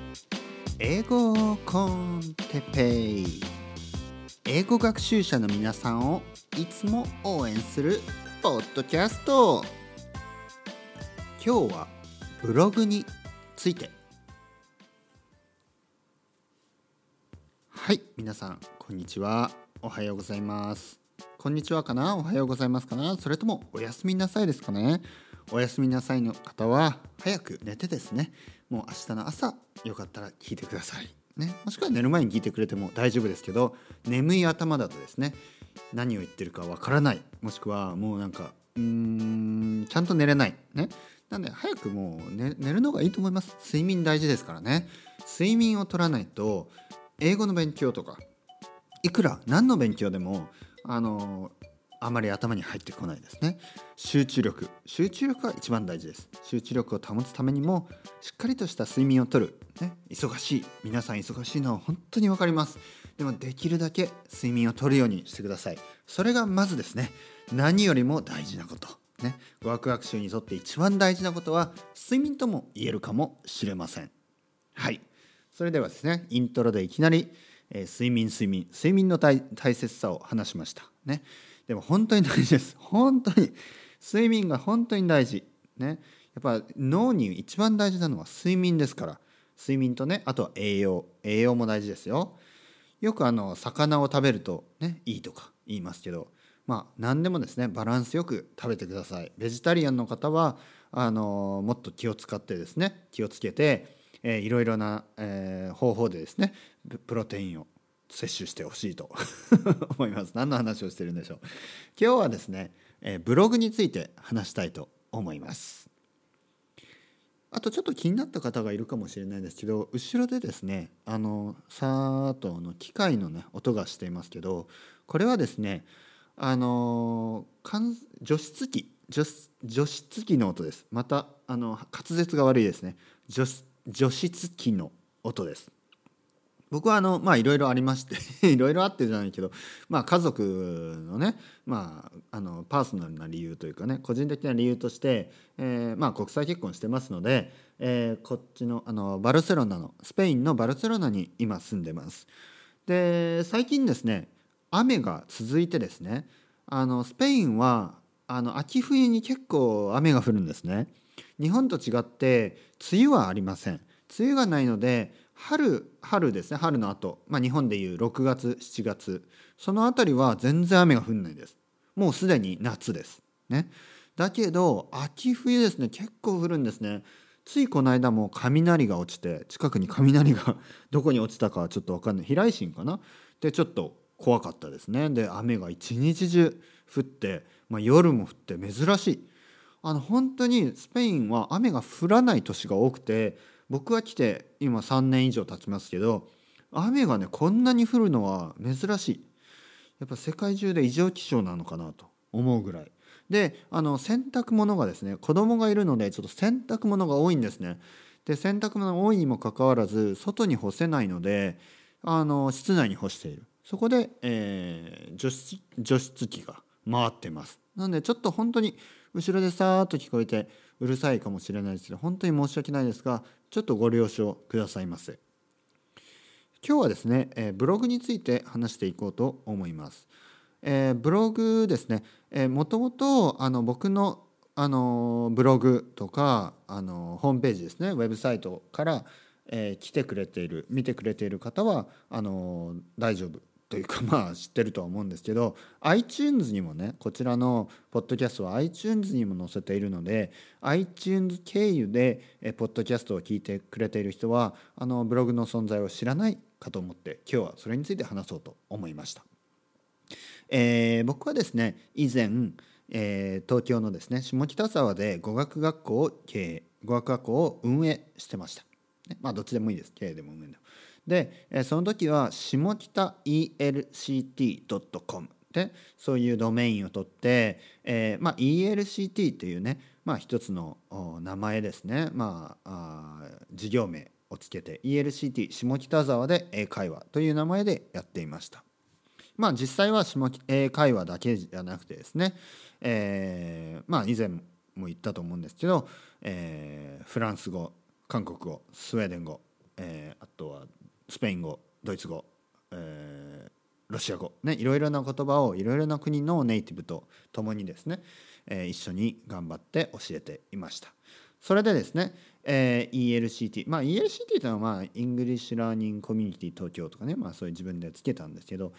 英語コンテペイ、英語学習者の皆さんをいつも応援するポッドキャスト。今日はブログについて。はい、皆さんこんにちは、おはようございます。こんにちはかな、おはようございますかな、それともおやすみなさいですかね。おやすみなさいの方は早く寝てですね、もう明日の朝よかったら聞いてくださいね。もしくは寝る前に聞いてくれても大丈夫ですけど、眠い頭だとですね、何を言ってるかわからない、もしくはもうなんかちゃんと寝れないね。なんで早くもう、寝るのがいいと思います。睡眠大事ですからね。睡眠を取らないと英語の勉強とかいくら何の勉強でもあまり頭に入ってこないですね。集中力は一番大事です。集中力を保つためにもしっかりとした睡眠をとる、ね、皆さん忙しいのは本当に分かります。でもできるだけ睡眠をとるようにしてください。それがまずですね、何よりも大事なことね。語学学習にとって一番大事なことは睡眠とも言えるかもしれません。はい、それではですね、イントロでいきなり、睡眠の大切さを話しましたね。でも本当に大事です。本当に睡眠が本当に大事ね。やっぱ脳に一番大事なのは睡眠ですから。睡眠とね、あとは栄養も大事ですよ。よく魚を食べるとね、いいとか言いますけど、何でもですね、バランスよく食べてください。ベジタリアンの方はもっと気をつけて、いろいろな、方法でですね、プロテインを摂取してほしいと思います。何の話をしてるんでしょう。今日はですね、ブログについて話したいと思います。あとちょっと気になった方がいるかもしれないですけど、後ろでですね、さーっと機械のね音がしていますけど、これはですね、除湿機の音です。また滑舌が悪いですね。除湿機の音です。僕はいろいろありましていろいろあってじゃないけど、家族のね、パーソナルな理由というかね、個人的な理由として、国際結婚してますので、こっちのスペインのバルセロナに今住んでます。で、最近ですね、雨が続いてですね、スペインは秋冬に結構雨が降るんですね。日本と違って梅雨はありません。梅雨がないので、春ですね、春の後、日本でいう6月7月、そのあたりは全然雨が降んないです。もうすでに夏ですね。だけど秋冬ですね、結構降るんですね。ついこの間も雷が落ちて、近くに雷がどこに落ちたかはちょっと分かんない、避雷針かなで、ちょっと怖かったですね。で、雨が一日中降って、夜も降って珍しい。本当にスペインは雨が降らない年が多くて、僕は来て今3年以上経ちますけど、雨がねこんなに降るのは珍しい。やっぱ世界中で異常気象なのかなと思うぐらいで、洗濯物がですね、子供がいるのでちょっと洗濯物が多いんですね。で、洗濯物が多いにもかかわらず外に干せないので、室内に干している。そこで、除湿機が回ってます。なのでちょっと本当に後ろでさーっと聞こえてうるさいかもしれないですけど、本当に申し訳ないですが、ちょっとご了承くださいませ。今日はですね、ブログについて話していこうと思います。ブログですね、もともと僕の、ブログとかホームページですね、ウェブサイトから、来てくれている見てくれている方は大丈夫というか、知ってるとは思うんですけど、 iTunes にもね、こちらのポッドキャストは iTunes にも載せているので、 iTunes 経由でポッドキャストを聞いてくれている人はブログの存在を知らないかと思って、今日はそれについて話そうと思いました。僕はですね、以前、東京のですね、下北沢で語学学校を運営してました。どっちでもいいです。経営でも運営でも。で、その時は下北 elct.com でそういうドメインを取って、ELCT というね、一つの名前ですね、事業名をつけて ELCT 下北沢で英会話という名前でやっていました。実際は英会話だけじゃなくてですね、以前も言ったと思うんですけど、フランス語、韓国語、スウェーデン語、 スペイン語、ドイツ語、ロシア語ね、いろいろな言葉をいろいろな国のネイティブと共にですね、一緒に頑張って教えていました。それでですね、ELCT、ELCT というのはイングリッシュラーニングコミュニティ東京とかね、そういう自分でつけたんですけど、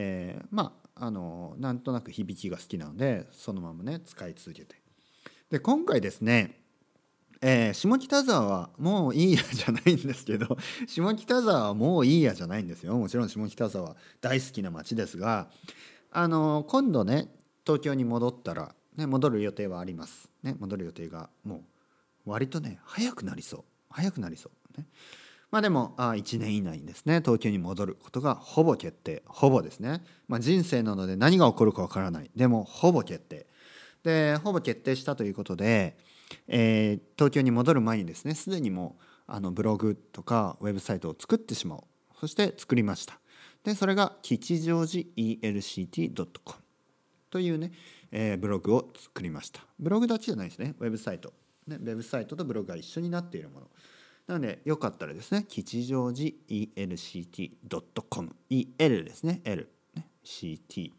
なんとなく響きが好きなのでそのままね使い続けて、で今回ですね、下北沢はもういいやじゃないんですけど下北沢はもういいやじゃないんですよ。もちろん下北沢は大好きな街ですが、今度ね東京に戻ったら、ね、戻る予定はあります、ね、戻る予定がもう割とね早くなりそうね。でも1年以内にですね東京に戻ることがほぼ決定、ほぼですね、人生なので何が起こるかわからない、でもほぼ決定で、ほぼ決定したということで、東京に戻る前にですねすでにもうブログとかウェブサイトを作ってしまおう。そして作りました。でそれが吉祥寺 ELCT.com というね、ブログを作りました。ブログだけじゃないですね、ウェブサイト、ね、ウェブサイトとブログが一緒になっているものなので、よかったらですね吉祥寺 ELCT.com、 EL ですね、 L、ね、CT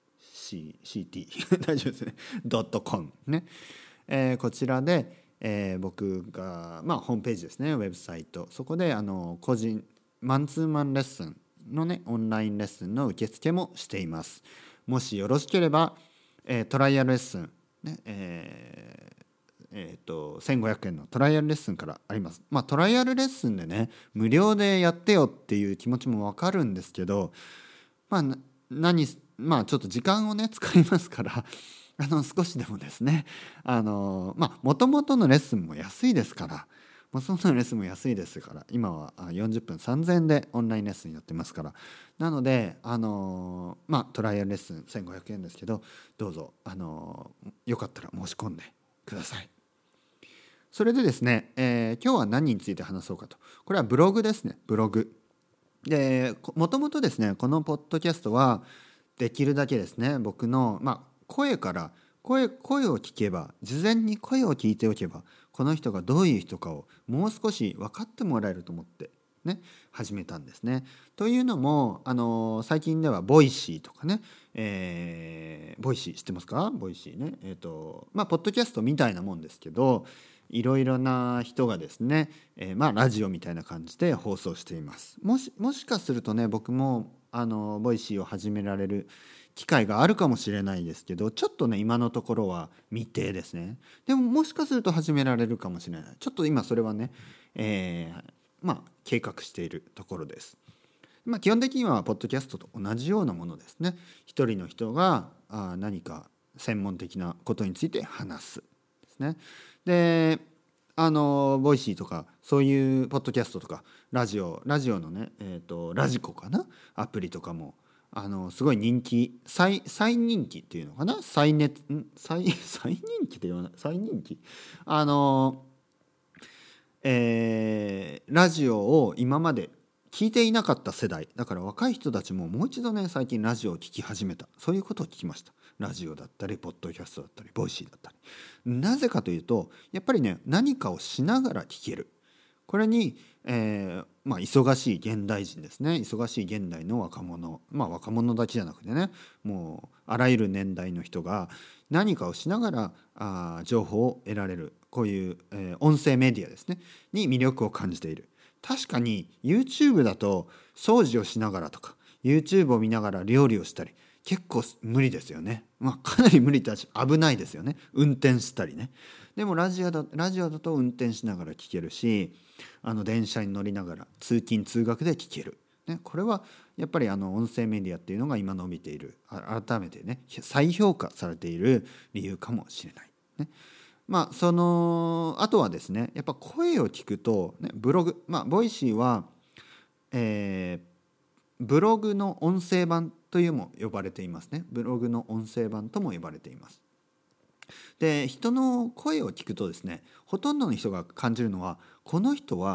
大丈夫ですね.com ね、こちらで、僕が、ホームページですね、ウェブサイト、そこで個人マンツーマンレッスンのねオンラインレッスンの受付もしています。もしよろしければ、トライアルレッスン、ね1500円のトライアルレッスンからあります。トライアルレッスンでね無料でやってよっていう気持ちもわかるんですけど、ちょっと時間をね使いますから少しでもですねもともとのレッスンも安いですから今は40分3000円でオンラインレッスンやってますから、なのでトライアルレッスン1500円ですけど、どうぞよかったら申し込んでください。それでですね、今日は何について話そうかと。これはブログですね、ブログで、もともとですねこのポッドキャストはできるだけですね僕の、声を聞けば、事前に声を聞いておけばこの人がどういう人かをもう少し分かってもらえると思ってね始めたんですね。というのも最近ではボイシーとかね、ボイシー知ってますか？ボイシーね、ポッドキャストみたいなもんですけど、いろいろな人がですね、ラジオみたいな感じで放送しています。もしかするとね僕もボイシーを始められる機会があるかもしれないですけど、ちょっとね今のところは未定ですね。でももしかすると始められるかもしれない。ちょっと今それはね、計画しているところです。基本的にはポッドキャストと同じようなものですね。一人の人が何か専門的なことについて話すですね。でボイシーとかそういうポッドキャストとかラジオのね、ラジコかな、アプリとかもすごい人気、最人気っていうのかな、最人気って言わない、最人気ラジオを今まで聞いていなかった世代だから、若い人たちももう一度ね最近ラジオを聞き始めた、そういうことを聞きました。ラジオだったりポッドキャストだったりボイシーだったり、なぜかというとやっぱりね何かをしながら聞ける。これに、忙しい現代人ですね、忙しい現代の若者、若者だけじゃなくてね、もうあらゆる年代の人が何かをしながら情報を得られる、こういう、音声メディアですねに魅力を感じている。確かに YouTube だと掃除をしながらとか YouTube を見ながら料理をしたり結構無理ですよね。かなり無理だし危ないですよね、運転したりね。でもラジオだと運転しながら聞けるし、電車に乗りながら通勤通学で聞ける、ね、これはやっぱり音声メディアっていうのが今伸びている、改めてね再評価されている理由かもしれない、ね。あとはですねやっぱ声を聞くと、ね、ブログ、ボイシーは、ブログの音声版というも呼ばれていますね。ブログの音声版とも呼ばれています。で人の声を聞くとですねほとんどの人が感じるのはこの人は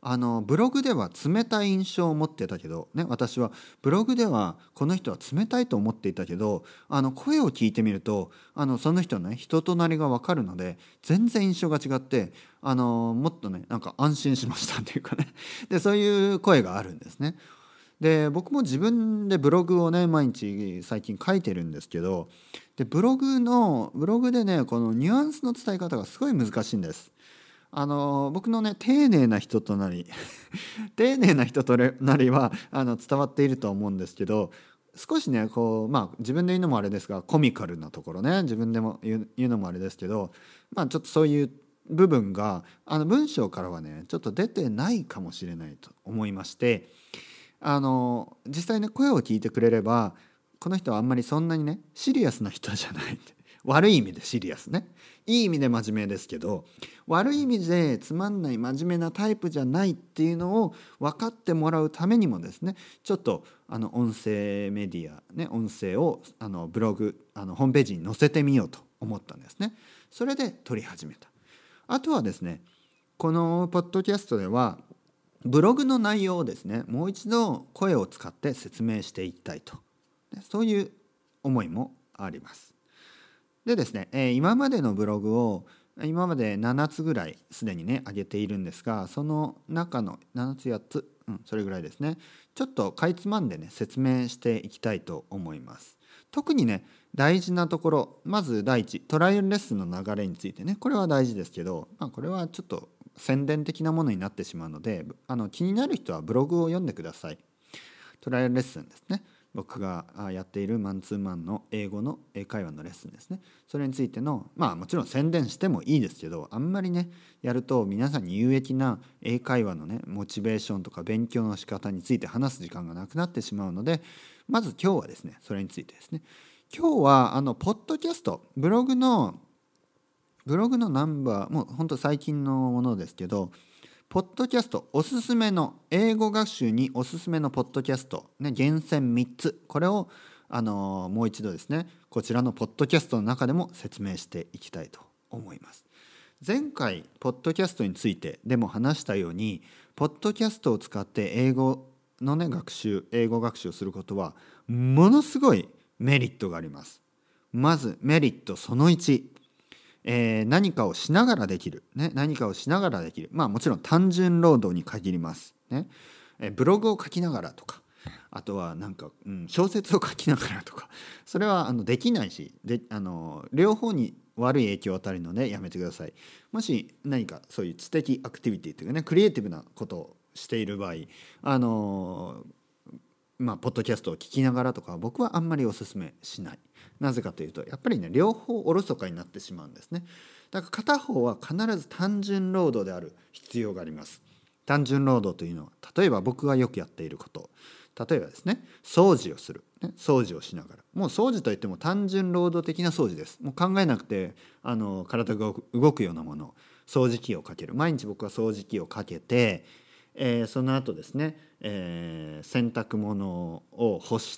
ブログでは冷たい印象を持ってたけど、ね、私はブログではこの人は冷たいと思っていたけど、声を聞いてみるとその人のね人となりが分かるので全然印象が違って、もっとねなんか安心しましたっていうかねでそういう声があるんですね。で僕も自分でブログをね毎日最近書いてるんですけど、でブログでねこのニュアンスの伝え方がすごい難しいんです。僕のね丁寧な人となり丁寧な人となりは伝わっていると思うんですけど、少しねこう自分で言うのもあれですがコミカルなところね、自分でも言うのもあれですけど、ちょっとそういう部分が文章からはねちょっと出てないかもしれないと思いまして、実際ね声を聞いてくれればこの人はあんまりそんなにねシリアスな人じゃない悪い意味でシリアスね、いい意味で真面目ですけど悪い意味でつまんない真面目なタイプじゃないっていうのを分かってもらうためにもですね、ちょっと音声メディアね音声をブログホームページに載せてみようと思ったんですね。それで撮り始めた。あとはですね、このポッドキャストではブログの内容をですねもう一度声を使って説明していきたいと、そういう思いもあります。でですね、今までのブログを今まで7つぐらいすでにね上げているんですが、その中の7つ8つ、それぐらいですね、ちょっとかいつまんでね説明していきたいと思います。特にね大事なところ、まず第一トライアルレッスンの流れについてね、これは大事ですけど、これはちょっと宣伝的なものになってしまうので気になる人はブログを読んでください。トライアルレッスンですね、僕がやっているマンツーマンの英語の英会話のレッスンですね。それについてのもちろん宣伝してもいいですけど、あんまりねやると皆さんに有益な英会話のねモチベーションとか勉強の仕方について話す時間がなくなってしまうので、まず今日はですねそれについてですね、今日はポッドキャストブログのナンバーもう本当最近のものですけど、ポッドキャストおすすめの英語学習におすすめのポッドキャスト、ね、厳選3つ、これをもう一度ですねこちらのポッドキャストの中でも説明していきたいと思います。前回ポッドキャストについてでも話したように、ポッドキャストを使って英語のね英語学習をすることはものすごいメリットがあります。まずメリットその1、何かをしながらできる、ね、何かをしながらできる、もちろん単純労働に限ります、ね。ブログを書きながらとか、あとは小説を書きながらとか、それはできないしで両方に悪い影響を与えるのでやめてください。もし何かそういう知的アクティビティというかねクリエイティブなことをしている場合ポッドキャストを聞きながらとか僕はあんまりおすすめしない。なぜかというとやっぱりね両方おろそかになってしまうんですね。だから片方は必ず単純労働である必要があります。単純労働というのは例えば僕がよくやっていること、例えばですね掃除をする、ね、掃除をしながら、もう掃除といっても単純労働的な掃除です。もう考えなくて体が動くようなもの、掃除機をかける、毎日僕は掃除機をかけてその後ですね、洗濯物を干して、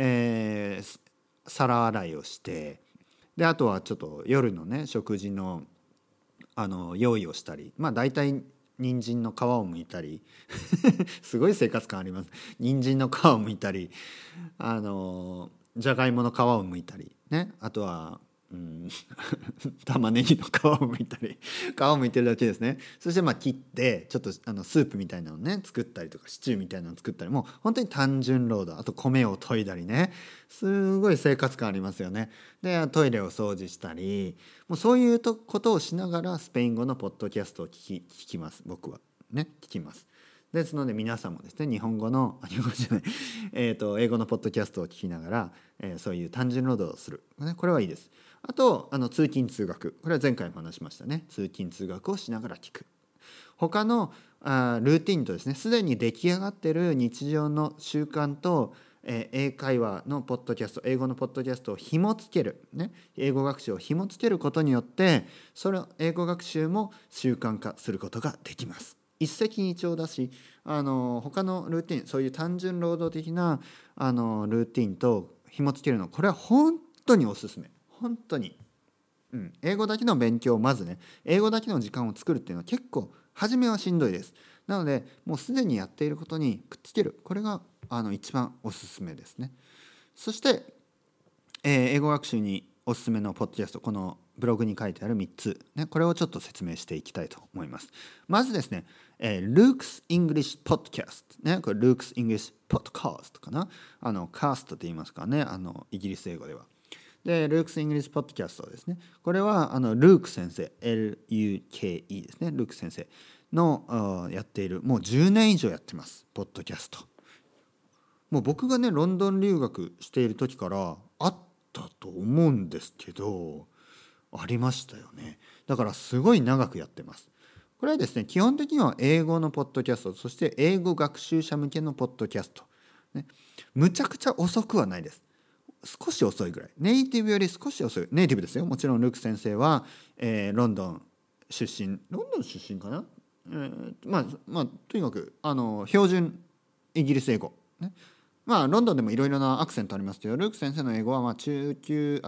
皿洗いをして、であとはちょっと夜のね食事の用意をしたり、大体人参の皮を剥いたりすごい生活感あります。人参の皮を剥いたりじゃがいもの皮を剥いたりね、あとは玉ねぎの皮を剥いたり皮を剥いてるだけですね。そして切ってちょっとスープみたいなのをね作ったりとかシチューみたいなのを作ったり、もう本当に単純労働。あと米を研いだりね、すごい生活感ありますよね。でトイレを掃除したり、もうそういうことをしながらスペイン語のポッドキャストを聞きます。僕はね聞きます。ですので皆さんもですね日本語の英語のポッドキャストを聞きながら、そういう単純労働をする、ね、これはいいです。あと通勤通学、これは前回も話しましたね。通勤通学をしながら聞く。他のルーティンとですねすでに出来上がっている日常の習慣と、英会話のポッドキャスト、英語のポッドキャストを紐付ける、ね、英語学習を紐付けることによってそれ英語学習も習慣化することができます。一石二鳥だし、他のルーティン、そういう単純労働的なルーティンと紐付けるの、これは本当におすすめ。本当に、英語だけの勉強をまずね英語だけの時間を作るっていうのは結構初めはしんどいです。 なのでもうすでにやっていることにくっつける、これが一番おすすめですね。そして、英語学習におすすめのポッドキャスト、このブログに書いてある3つ、ね、これをちょっと説明していきたいと思います。まずですね、Luke's English Podcast、ね、これ Luke's English Podcast かな、カーストって言いますかね、イギリス英語では。で、Luke's English Podcast ですね。これはルーク先生、L-U-K-E ですね、ルーク先生のやっている、もう10年以上やってます、ポッドキャスト。もう僕がねロンドン留学している時からあったと思うんですけど、ありましたよね。だからすごい長くやってます。これはですね、基本的には英語のポッドキャスト、そして英語学習者向けのポッドキャスト、ね、むちゃくちゃ遅くはないです。少し遅いぐらい、ネイティブより少し遅い、ネイティブですよ。もちろんルーク先生は、ロンドン出身かな、まあとにかく標準イギリス英語、ね、ロンドンでもいろいろなアクセントありますけど、ルーク先生の英語は中流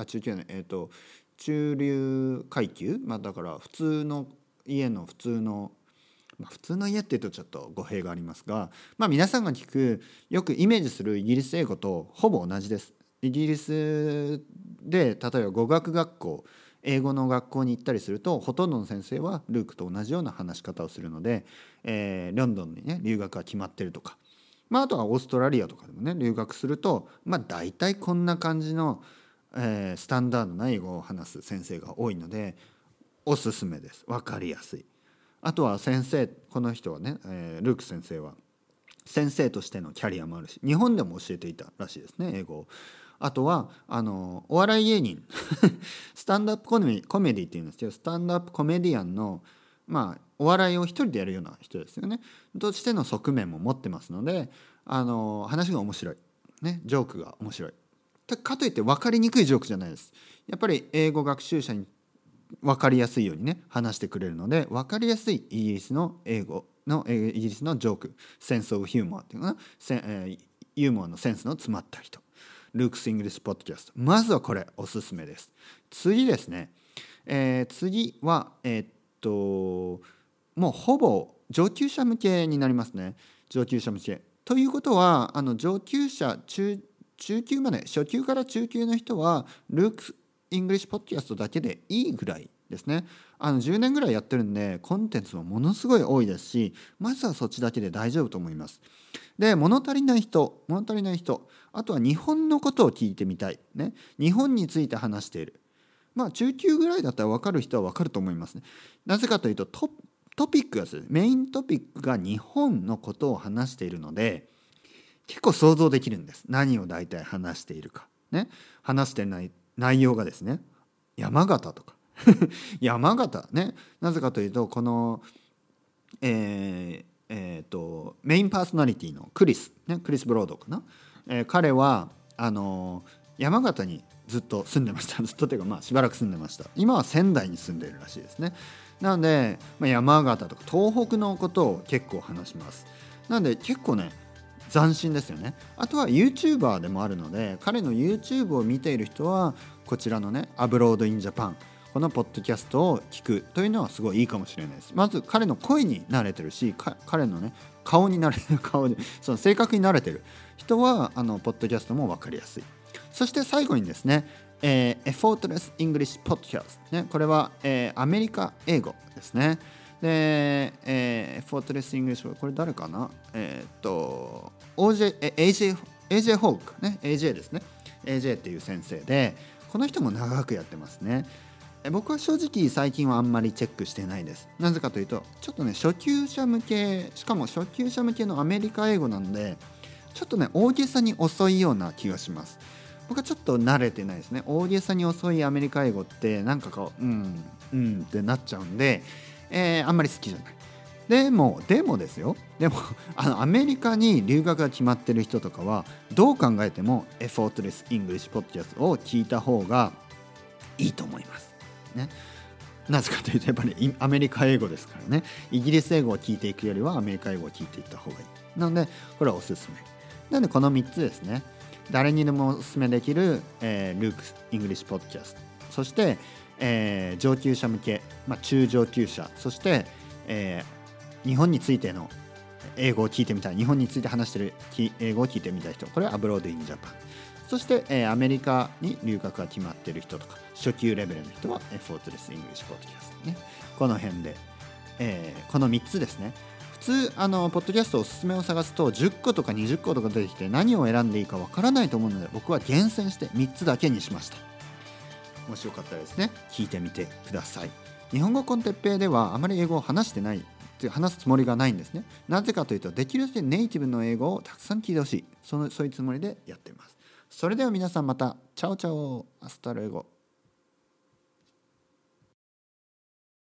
階級、だから普通の家の普通の家っていうとちょっと語弊がありますが、皆さんが聞くよくイメージするイギリス英語とほぼ同じです。イギリスで例えば語学学校、英語の学校に行ったりすると、ほとんどの先生はルークと同じような話し方をするので、ロンドンにね留学が決まってるとか、あとはオーストラリアとかでもね留学すると、大体こんな感じの、スタンダードな英語を話す先生が多いのでおすすめです。分かりやすい。あとは先生、この人はね、ルーク先生は先生としてのキャリアもあるし、日本でも教えていたらしいですね、英語を。あとはお笑い芸人スタンドアップコメディっていうんですけど、スタンドアップコメディアンのお笑いを一人でやるような人ですよね。としての側面も持ってますので、話が面白い、ね、ジョークが面白い。かといって分かりにくいジョークじゃないです。やっぱり英語学習者に分かりやすいようにね話してくれるので、分かりやすいイギリスの英語のイギリスのジョーク、センスオブヒューモアっていうかな、ユーモアのセンスの詰まった人、ルークス・イングリッシュ・ポッドキャスト、まずはこれおすすめです。次ですね、次はもうほぼ上級者向けになりますね。上級者向けということは、上級者中級まで、初級から中級の人はルークス・イングリッシュ・ポッドキャストだけでいいぐらいですね。10年ぐらいやってるんでコンテンツもものすごい多いですし、まずはそっちだけで大丈夫と思います。で、物足りない人、あとは日本のことを聞いてみたい、ね、日本について話している、中級ぐらいだったら分かる人は分かると思いますね。なぜかというとトピックがですね、メイントピックが日本のことを話しているので、結構想像できるんです。何を大体話しているか、ね、話してない内容がですね、山形とか山形ね、なぜかというとこの、メインパーソナリティのクリスブロードかな、彼は山形にずっと住んでました。ずっとというかしばらく住んでました。今は仙台に住んでいるらしいですね。なので、山形とか東北のことを結構話します。なので結構ね斬新ですよね。あとは YouTuber でもあるので、彼の YouTube を見ている人はこちらのねアブロードインジャパン、このポッドキャストを聞くというのはすごいいいかもしれないです。まず彼の声に慣れてるし、彼のね顔に慣れてる、顔でその性格に慣れてる人はポッドキャストも分かりやすい。そして最後にですね、Effortless English Podcast、ね、これは、アメリカ英語ですね。で、Effortless English、これ誰かな、AJ ホークね、AJ ですね。AJ っていう先生で、この人も長くやってますね。僕は正直最近はあんまりチェックしてないです。なぜかというと、ちょっとね初級者向け、しかも初級者向けのアメリカ英語なので、ちょっとね大げさに遅いような気がします。僕はちょっと慣れてないですね。大げさに遅いアメリカ英語ってなんかこうってなっちゃうんで、あんまり好きじゃない。でもですよ、アメリカに留学が決まってる人とかはどう考えても Effortless English Podcast を聞いた方がいいと思いますね。なぜかというと、やっぱりアメリカ英語ですからね。イギリス英語を聞いていくよりはアメリカ英語を聞いていった方がいい。なのでこれはおすすめなので、この3つですね。誰にでもおすすめできる、ルークス・イングリッシュ・ポッドキャスト、そして、上級者向け、中上級者、そして、日本についての英語を聞いてみたい、日本について話してる英語を聞いてみたい人、これはアブロードインジャパン。そして、アメリカに留学が決まっている人とか初級レベルの人は、フォートレスイングリッシュポッドキャストね。この辺で、この3つですね。普通ポッドキャストおすすめを探すと10個とか20個とか出てきて何を選んでいいかわからないと思うので、僕は厳選して3つだけにしました。もしよかったらですね、聞いてみてください。日本語コンテッペイではあまり英語を話してない話すつもりがないんですね。なぜかというと、できるだけネイティブの英語をたくさん聞いてほしい、そういうつもりでやっています。それでは皆さん、またチャオチャオ、アスタルエゴ。